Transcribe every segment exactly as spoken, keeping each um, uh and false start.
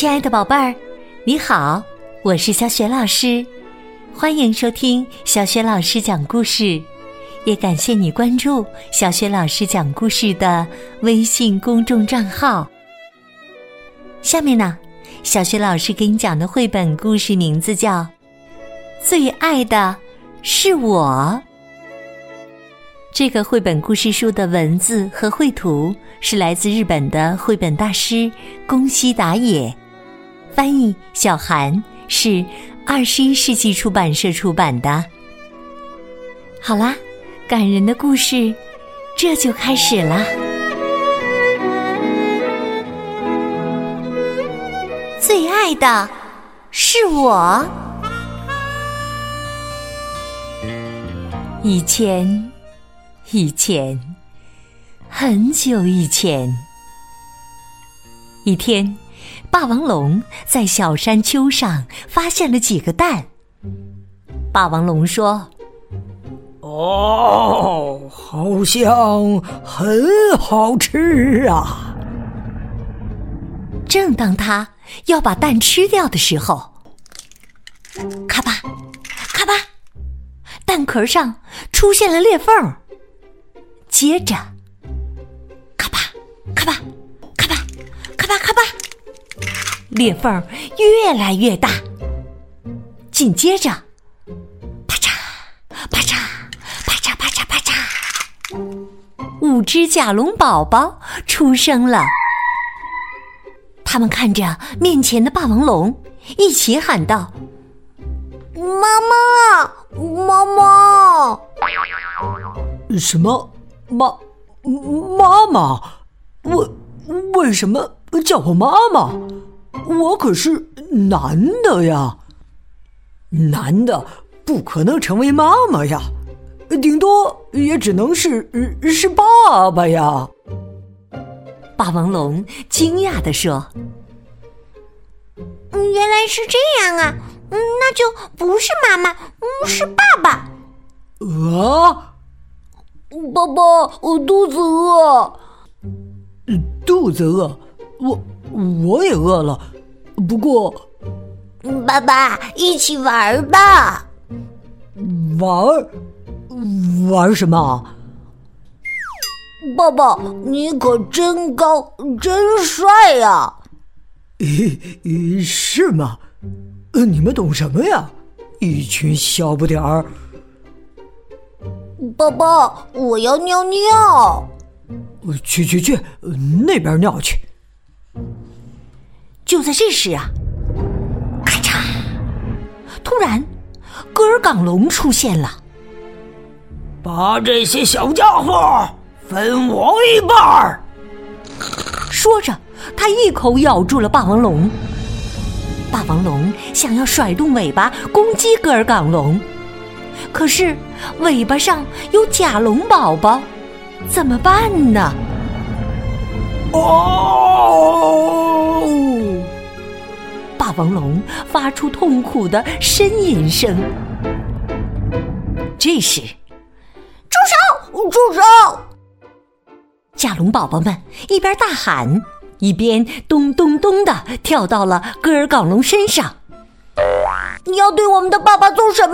亲爱的宝贝儿，你好，我是小雪老师，欢迎收听小雪老师讲故事，也感谢你关注小雪老师讲故事的微信公众账号。下面呢，小雪老师给你讲的绘本故事名字叫《最爱的是我》。这个绘本故事书的文字和绘图是来自日本的绘本大师宫西达也，翻译小韩，是二十一世纪出版社出版的。好啦，感人的故事这就开始了。最爱的是我。以前以前很久以前，一天，霸王龙在小山丘上发现了几个蛋。霸王龙说： 哦，好像很好吃啊。 正当他要把蛋吃掉的时候，咔吧咔吧，蛋壳上出现了裂缝，接着咔吧咔吧咔吧咔吧咔吧，裂缝越来越大，紧接着啪嚓啪嚓啪嚓啪嚓啪嚓，五只甲龙宝宝出生了。他们看着面前的霸王龙，一起喊道：妈妈妈妈！ 什么？妈妈妈？为为什么叫我妈妈？我可是男的呀，男的不可能成为妈妈呀，顶多也只能是是爸爸呀。 霸王龙惊讶地说： 原来是这样啊，那就不是妈妈，是爸爸。 啊！ 爸爸，我肚子饿。 肚子饿？我我也饿了，不过…… 爸爸，一起玩吧。 玩？玩什么？ 爸爸，你可真高，真帅呀！ 是吗？你们懂什么呀？一群小不点儿。 爸爸，我要尿尿。 去去去，那边尿去。 就在这时啊，咔嚓！突然，戈尔岗龙出现了。 把这些小家伙分我一半！ 说着，他一口咬住了霸王龙。霸王龙想要甩动尾巴攻击戈尔岗龙，可是尾巴上有甲龙宝宝，怎么办呢？ 哦！ 霸王龙发出痛苦的呻吟声。这时， 住手！住手！ 甲龙宝宝们一边大喊，一边咚咚咚地跳到了戈尔岗龙身上。 你要对我们的爸爸做什么？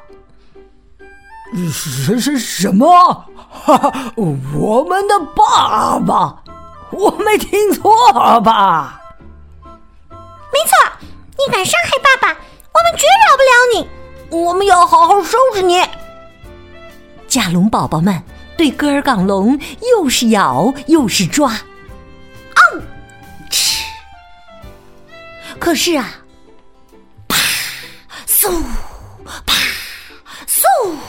是是什么？哈哈，我们的爸爸？我没听错吧？ 没错，你敢伤害爸爸，我们绝饶不了你，我们要好好收拾你。 甲龙宝宝们对戈尔岗龙又是咬又是抓， 哦， 吃！可是啊，啪，嗖，啪，嗖！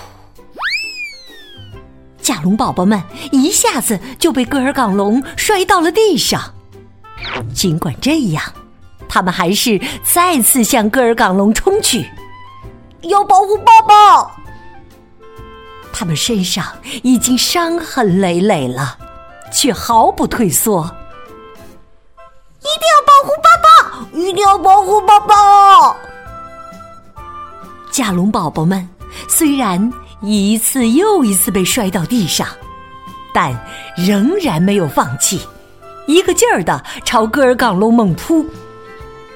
甲龙宝宝们一下子就被戈尔岗龙摔到了地上。尽管这样，他们还是再次向戈尔岗龙冲去， 要保护爸爸。 他们身上已经伤痕累累了，却毫不退缩。 一定要保护爸爸！一定要保护爸爸！ 甲龙宝宝们虽然一次又一次被摔到地上，但仍然没有放弃，一个劲儿地朝戈尔岗龙猛扑。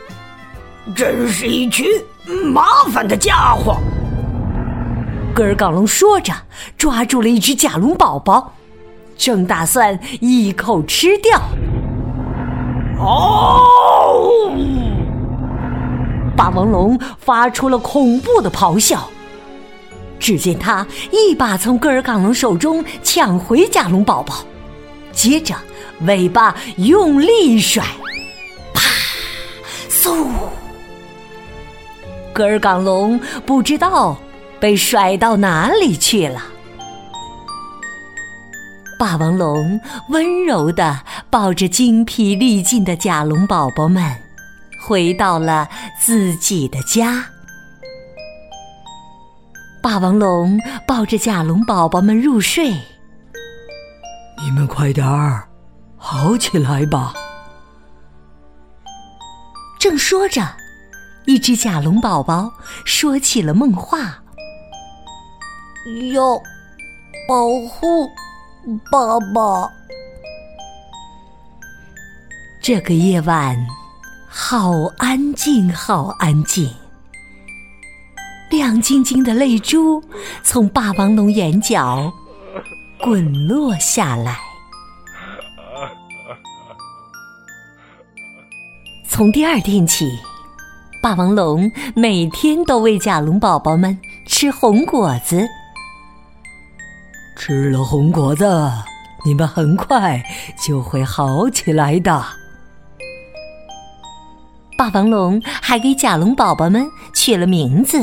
真是一群麻烦的家伙。 戈尔冈龙说着，抓住了一只甲龙宝宝，正打算一口吃掉。 哦！ 霸王龙发出了恐怖的咆哮。只见他一把从戈尔冈龙手中抢回甲龙宝宝，接着尾巴用力一甩，啪！嗖！戈尔冈龙不知道被甩到哪里去了。霸王龙温柔地抱着精疲力尽的甲龙宝宝们，回到了自己的家。霸王龙抱着甲龙宝宝们入睡。 你们快点儿，好起来吧。 正说着，一只甲龙宝宝说起了梦话： 要保护爸爸。 这个夜晚好安静，好安静。亮晶晶的泪珠从霸王龙眼角滚落下来。从第二天起，霸王龙每天都喂甲龙宝宝们吃红果子。 吃了红果子，你们很快就会好起来的。 霸王龙还给甲龙宝宝们取了名字。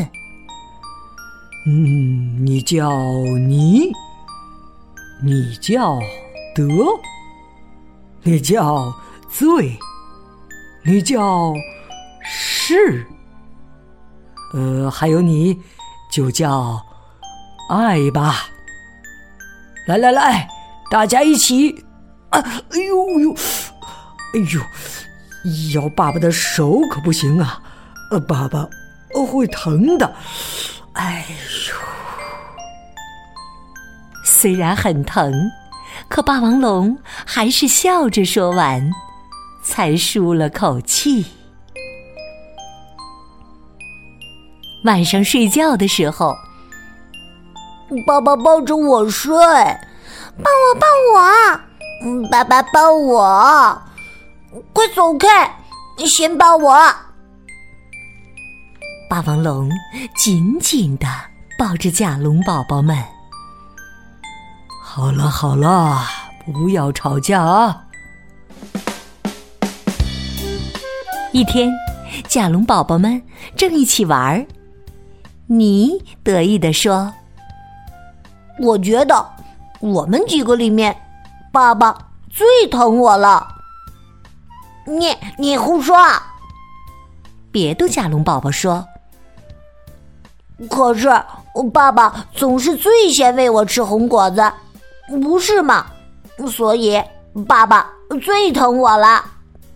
嗯，你叫你，你叫德，你叫醉，你叫是，呃，还有你就叫爱吧。来来来，大家一起！啊，哎呦呦，哎呦，摇爸爸的手可不行啊，呃，爸爸会疼的。哎呦， 虽然很疼，可霸王龙还是笑着说完，才舒了口气。晚上睡觉的时候， 爸爸抱着我睡，抱我抱我，嗯，爸爸抱我，快走开，先抱我。 霸王龙紧紧地抱着甲龙宝宝们。 好了好了，不要吵架啊！ 一天，甲龙宝宝们正一起玩，你得意地说： 我觉得我们几个里面，爸爸最疼我了。你你胡说！ 别的甲龙宝宝说： 可是爸爸总是最先喂我吃红果子，不是吗？所以爸爸最疼我了。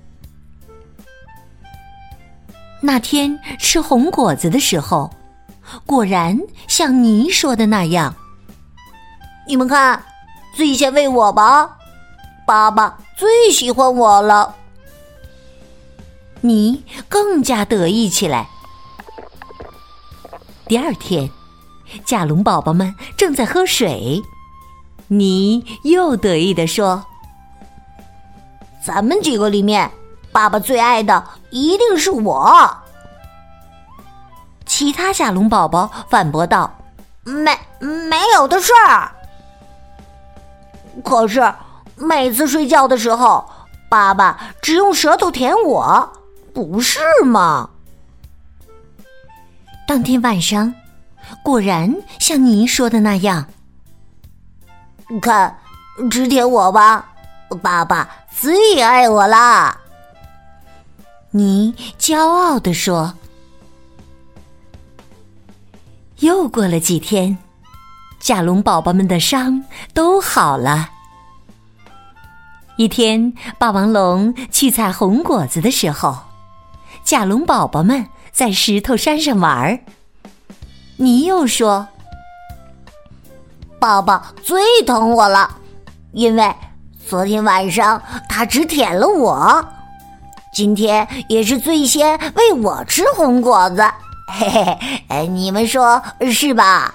那天吃红果子的时候，果然像你说的那样。 你们看，最先喂我吧，爸爸最喜欢我了。 你更加得意起来。第二天，甲龙宝宝们正在喝水，你又得意地说： 咱们几个里面，爸爸最爱的一定是我。 其他甲龙宝宝反驳道： 没没有的事儿。可是每次睡觉的时候，爸爸只用舌头舔我，不是吗？ 当天晚上，果然像你说的那样。 看，只舔我吧，爸爸最爱我啦！ 你骄傲地说。又过了几天，甲龙宝宝们的伤都好了。一天，霸王龙去采红果子的时候，甲龙宝宝们在石头山上玩。你又说： 爸爸最疼我了，因为昨天晚上他只舔了我。 今天也是最先喂我吃红果子，嘿嘿，哎，你们说是吧？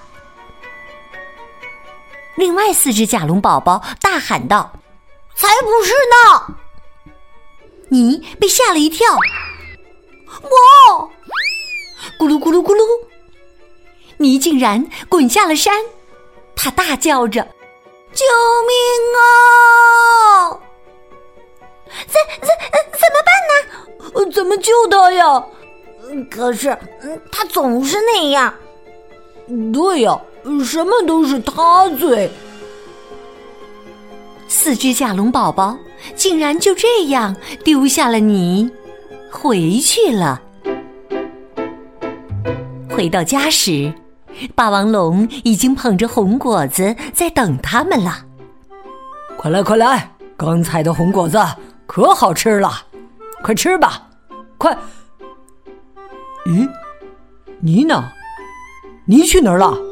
另外四只甲龙宝宝大喊道：“ 才不是呢！” 你被吓了一跳， 哇！ 咕噜咕噜咕噜，你竟然滚下了山！他大叫着：“ 救命啊！怎怎怎么办呢？怎么救他呀？ 可是他总是那样。 对呀，什么都是他罪。” 四只甲龙宝宝竟然就这样丢下了你，回去了。回到家时，霸王龙已经捧着红果子在等他们了。 快来快来，刚才的红果子可好吃了，快吃吧，快！咦，你呢？你去哪儿了？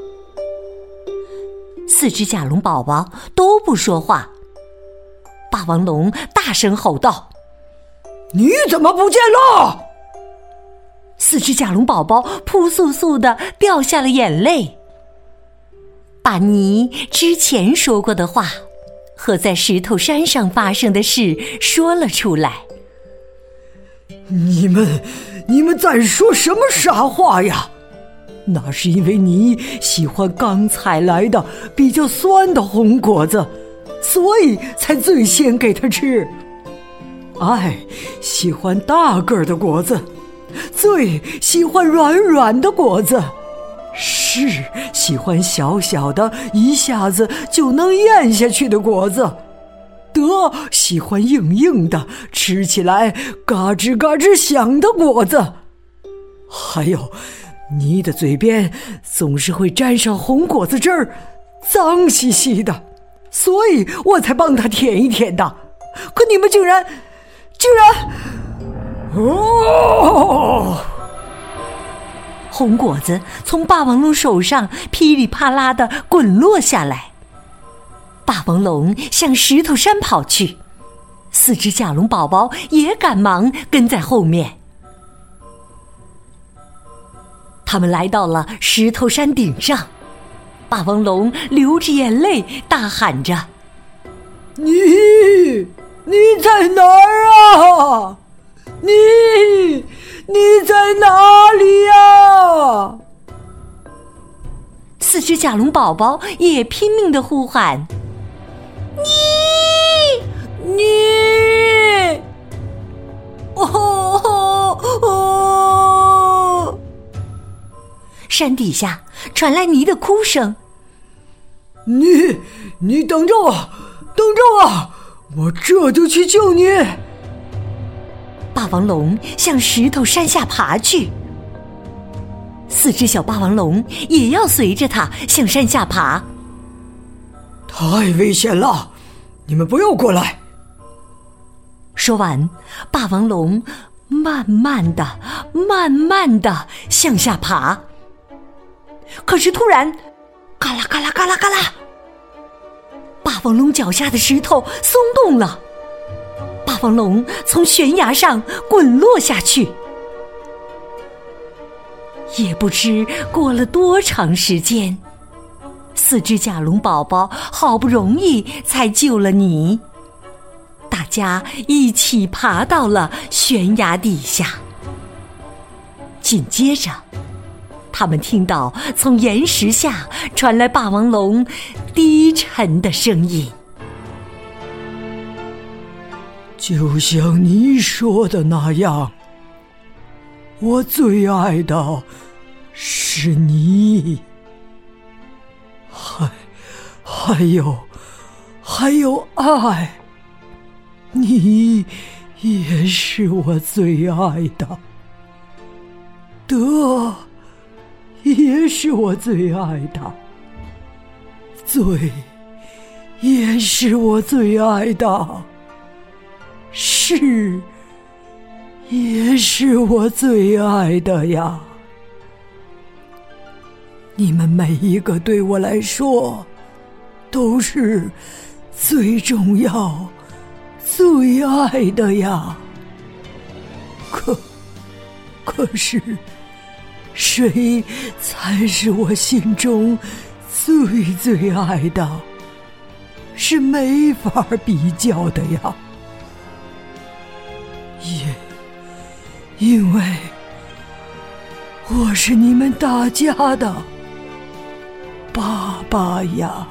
四只甲龙宝宝都不说话。霸王龙大声吼道：“ 你怎么不见了？” 四只甲龙宝宝扑簌簌地掉下了眼泪，把你之前说过的话和在石头山上发生的事说了出来。 你们，你们在说什么傻话呀？那是因为你喜欢刚采来的比较酸的红果子，所以才最先给他吃。爱喜欢大个儿的果子，最喜欢软软的果子，是喜欢小小的一下子就能咽下去的果子，德喜欢硬硬的吃起来嘎吱嘎吱响的果子。还有你的嘴边总是会沾上红果子汁儿，脏兮兮的，所以我才帮他舔一舔的。可你们竟然竟然哦！ 红果子从霸王龙手上噼里啪啦地滚落下来，霸王龙向石头山跑去，四只甲龙宝宝也赶忙跟在后面。他们来到了石头山顶上，霸王龙流着眼泪大喊着：“ 你你在哪儿啊？你你在哪里呀？” 四只甲龙宝宝也拼命地呼喊：“ 你你！”哦哦哦！ 山底下传来你的哭声：“ 你你等着我，等着我，我这就去救你！” 霸王龙向石头山下爬去，四只小霸王龙也要随着它向山下爬。 太危险了，你们不要过来！ 说完，霸王龙慢慢的、慢慢的向下爬。可是突然，嘎啦嘎啦嘎啦嘎啦，霸王龙脚下的石头松动了，霸王龙从悬崖上滚落下去。也不知过了多长时间，四只甲龙宝宝好不容易才救了你，大家一起爬到了悬崖底下。紧接着，他们听到从岩石下传来霸王龙低沉的声音：“ 就像你说的那样，我最爱的是你，还还有还有爱，你也是我最爱的，德也是我最爱的，罪也是我最爱的，是也是我最爱的呀。你们每一个对我来说都是最重要最爱的呀。 可是，谁才是我心中最最爱的？是没法比较的呀。因因为我是你们大家的爸爸呀。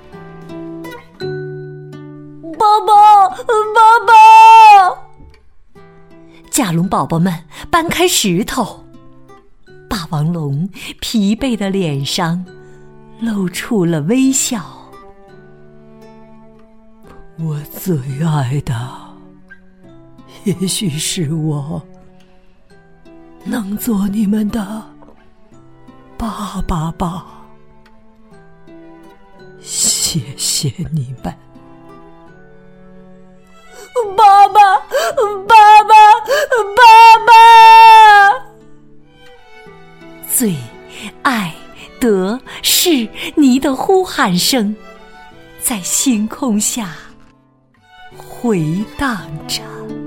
爸爸，爸爸！ 甲龙宝宝们搬开石头，霸王龙疲惫的脸上露出了微笑。 我最爱的，也许是我能做你们的爸爸吧。谢谢你们。 爸爸，爸爸，爸爸！ 最爱的是你的呼喊声，在星空下回荡着。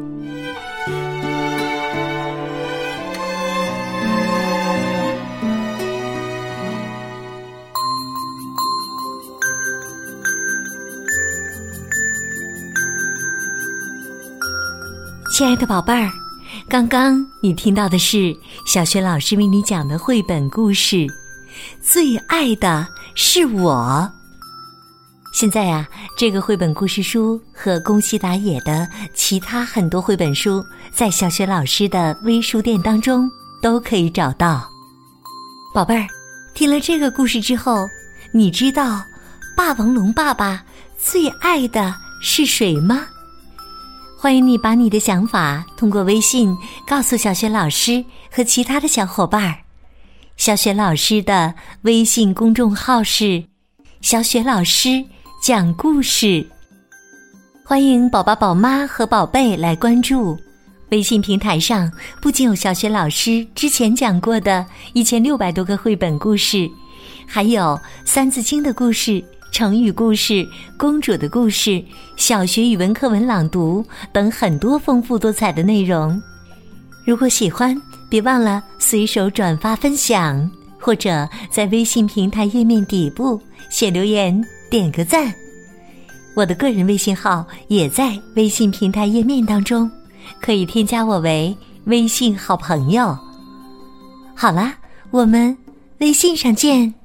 亲爱的宝贝儿，刚刚你听到的是小学老师为你讲的绘本故事《最爱的是我》。现在呀、啊，这个绘本故事书和宫西达也的其他很多绘本书，在小学老师的微书店当中都可以找到。宝贝儿，听了这个故事之后，你知道霸王龙爸爸最爱的是谁吗？欢迎你把你的想法通过微信告诉小雪老师和其他的小伙伴。小雪老师的微信公众号是小雪老师讲故事，欢迎宝宝宝妈和宝贝来关注。微信平台上不仅有小雪老师之前讲过的一千六百多个绘本故事，还有三字经的故事、成语故事、公主的故事、小学语文课文朗读等很多丰富多彩的内容。如果喜欢，别忘了随手转发分享，或者在微信平台页面底部写留言点个赞。我的个人微信号也在微信平台页面当中，可以添加我为微信好朋友。好啦，我们微信上见。